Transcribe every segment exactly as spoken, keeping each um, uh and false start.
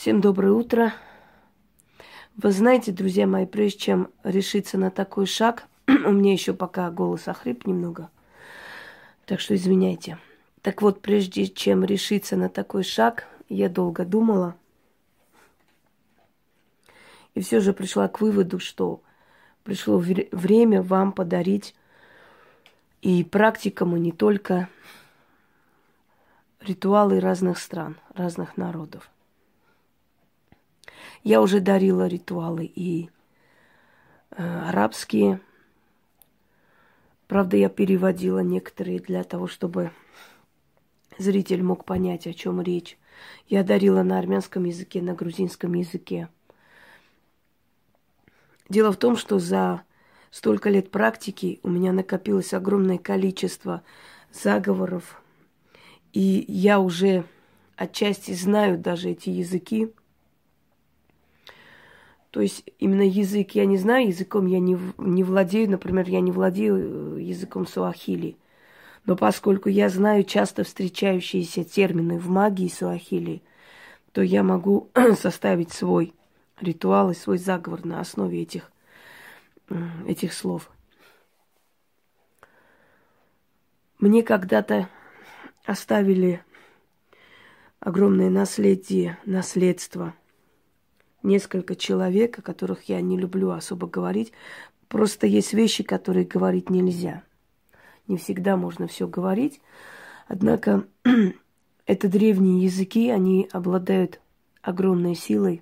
Всем доброе утро. Вы знаете, друзья мои, прежде чем решиться на такой шаг, у меня еще пока голос охрип немного, так что извиняйте. Так вот, прежде чем решиться на такой шаг, я долго думала и все же пришла к выводу, что пришло время вам подарить и практикам, и не только ритуалы разных стран, разных народов. Я уже дарила ритуалы и э, арабские. Правда, я переводила некоторые для того, чтобы зритель мог понять, о чем речь. Я дарила на армянском языке, на грузинском языке. Дело в том, что за столько лет практики у меня накопилось огромное количество заговоров. И я уже отчасти знаю даже эти языки. То есть именно язык я не знаю, языком я не, не владею. Например, я не владею языком суахили. Но поскольку я знаю часто встречающиеся термины в магии суахили, то я могу составить свой ритуал и свой заговор на основе этих, этих слов. Мне когда-то оставили огромное наследие, наследство. Несколько человек, о которых я не люблю особо говорить. Просто есть вещи, которые говорить нельзя. Не всегда можно все говорить. Однако это древние языки, они обладают огромной силой.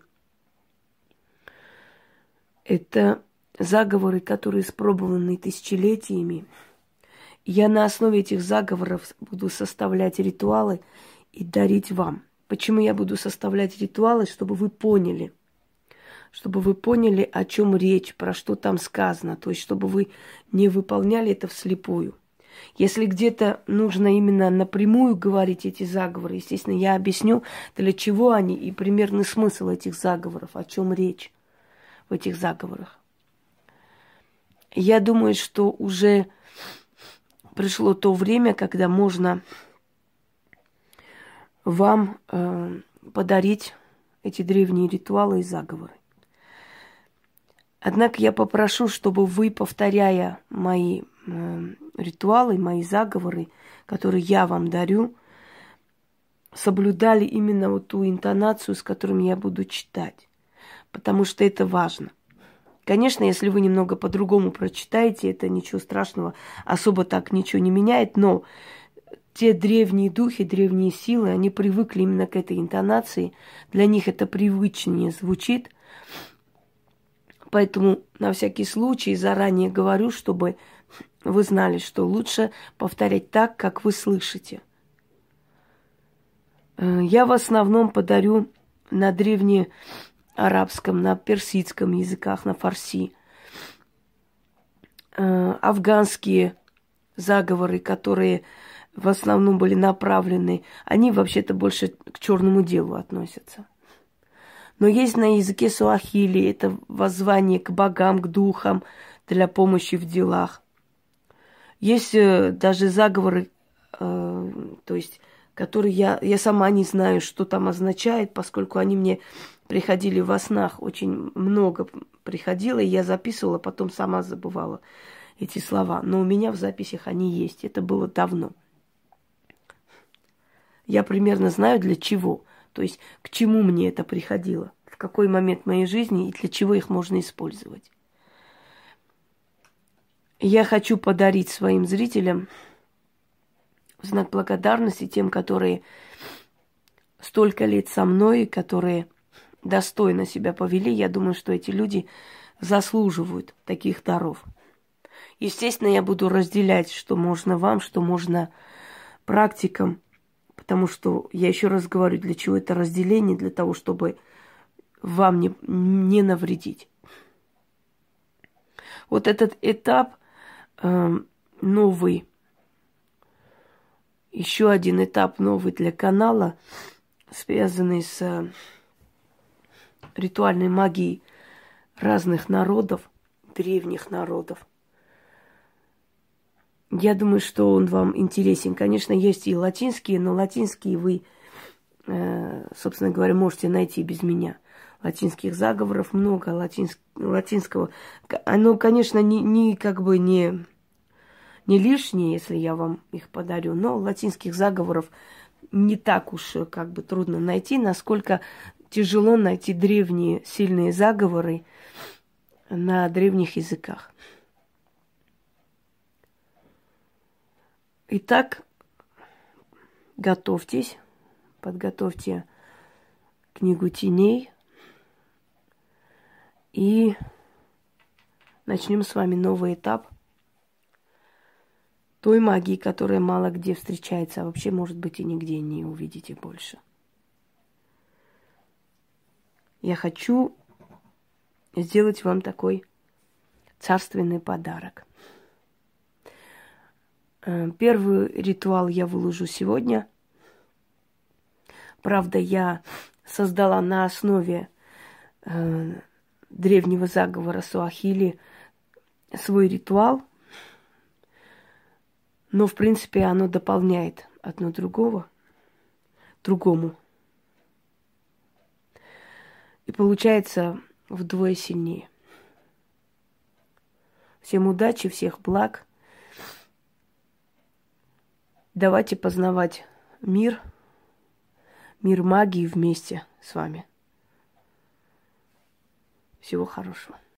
Это заговоры, которые испробованы тысячелетиями. Я на основе этих заговоров буду составлять ритуалы и дарить вам. Почему я буду составлять ритуалы? Чтобы вы поняли. Чтобы вы поняли, о чем речь, про что там сказано. То есть, чтобы вы не выполняли это вслепую. Если где-то нужно именно напрямую говорить эти заговоры, естественно, я объясню, для чего они и примерный смысл этих заговоров, о чем речь в этих заговорах. Я думаю, что уже пришло то время, когда можно вам э, подарить эти древние ритуалы и заговоры. Однако я попрошу, чтобы вы, повторяя мои э, ритуалы, мои заговоры, которые я вам дарю, соблюдали именно вот ту интонацию, с которой я буду читать. Потому что это важно. Конечно, если вы немного по-другому прочитаете, это ничего страшного, особо так ничего не меняет, но те древние духи, древние силы, они привыкли именно к этой интонации, для них это привычнее звучит. Поэтому на всякий случай заранее говорю, чтобы вы знали, что лучше повторять так, как вы слышите. Я в основном подарю на древнеарабском, на персидском языках, на фарси. Афганские заговоры, которые в основном были направлены, они вообще-то больше к черному делу относятся. Но есть на языке суахили, это воззвание к богам, к духам для помощи в делах. Есть э, даже заговоры, э, то есть, которые я, я сама не знаю, что там означает, поскольку они мне приходили во снах, очень много приходило, и я записывала, потом сама забывала эти слова. Но у меня в записях они есть, это было давно. Я примерно знаю, для чего. То есть, к чему мне это приходило, в какой момент моей жизни и для чего их можно использовать. Я хочу подарить своим зрителям в знак благодарности тем, которые столько лет со мной, которые достойно себя повели. Я думаю, что эти люди заслуживают таких даров. Естественно, я буду разделять, что можно вам, что можно практикам. Потому что, я еще раз говорю, для чего это разделение, для того, чтобы вам не, не навредить. Вот этот этап э, новый, еще один этап новый для канала, связанный с э, ритуальной магией разных народов, древних народов. Я думаю, что он вам интересен. Конечно, есть и латинские, но латинские вы э, собственно говоря, можете найти без меня. Латинских заговоров много, латинск, латинского. Оно, конечно, не, не как бы не, не лишнее, если я вам их подарю, но латинских заговоров не так уж как бы трудно найти, насколько тяжело найти древние сильные заговоры на древних языках. Итак, готовьтесь, подготовьте книгу теней и начнем с вами новый этап той магии, которая мало где встречается, а вообще, может быть, и нигде не увидите больше. Я хочу сделать вам такой царственный подарок. Первый ритуал я выложу сегодня. Правда, я создала на основе э, древнего заговора Суахили свой ритуал, но, в принципе, оно дополняет одно другого, другому. И получается вдвое сильнее. Всем удачи, всех благ. Давайте познавать мир, мир магии вместе с вами. Всего хорошего.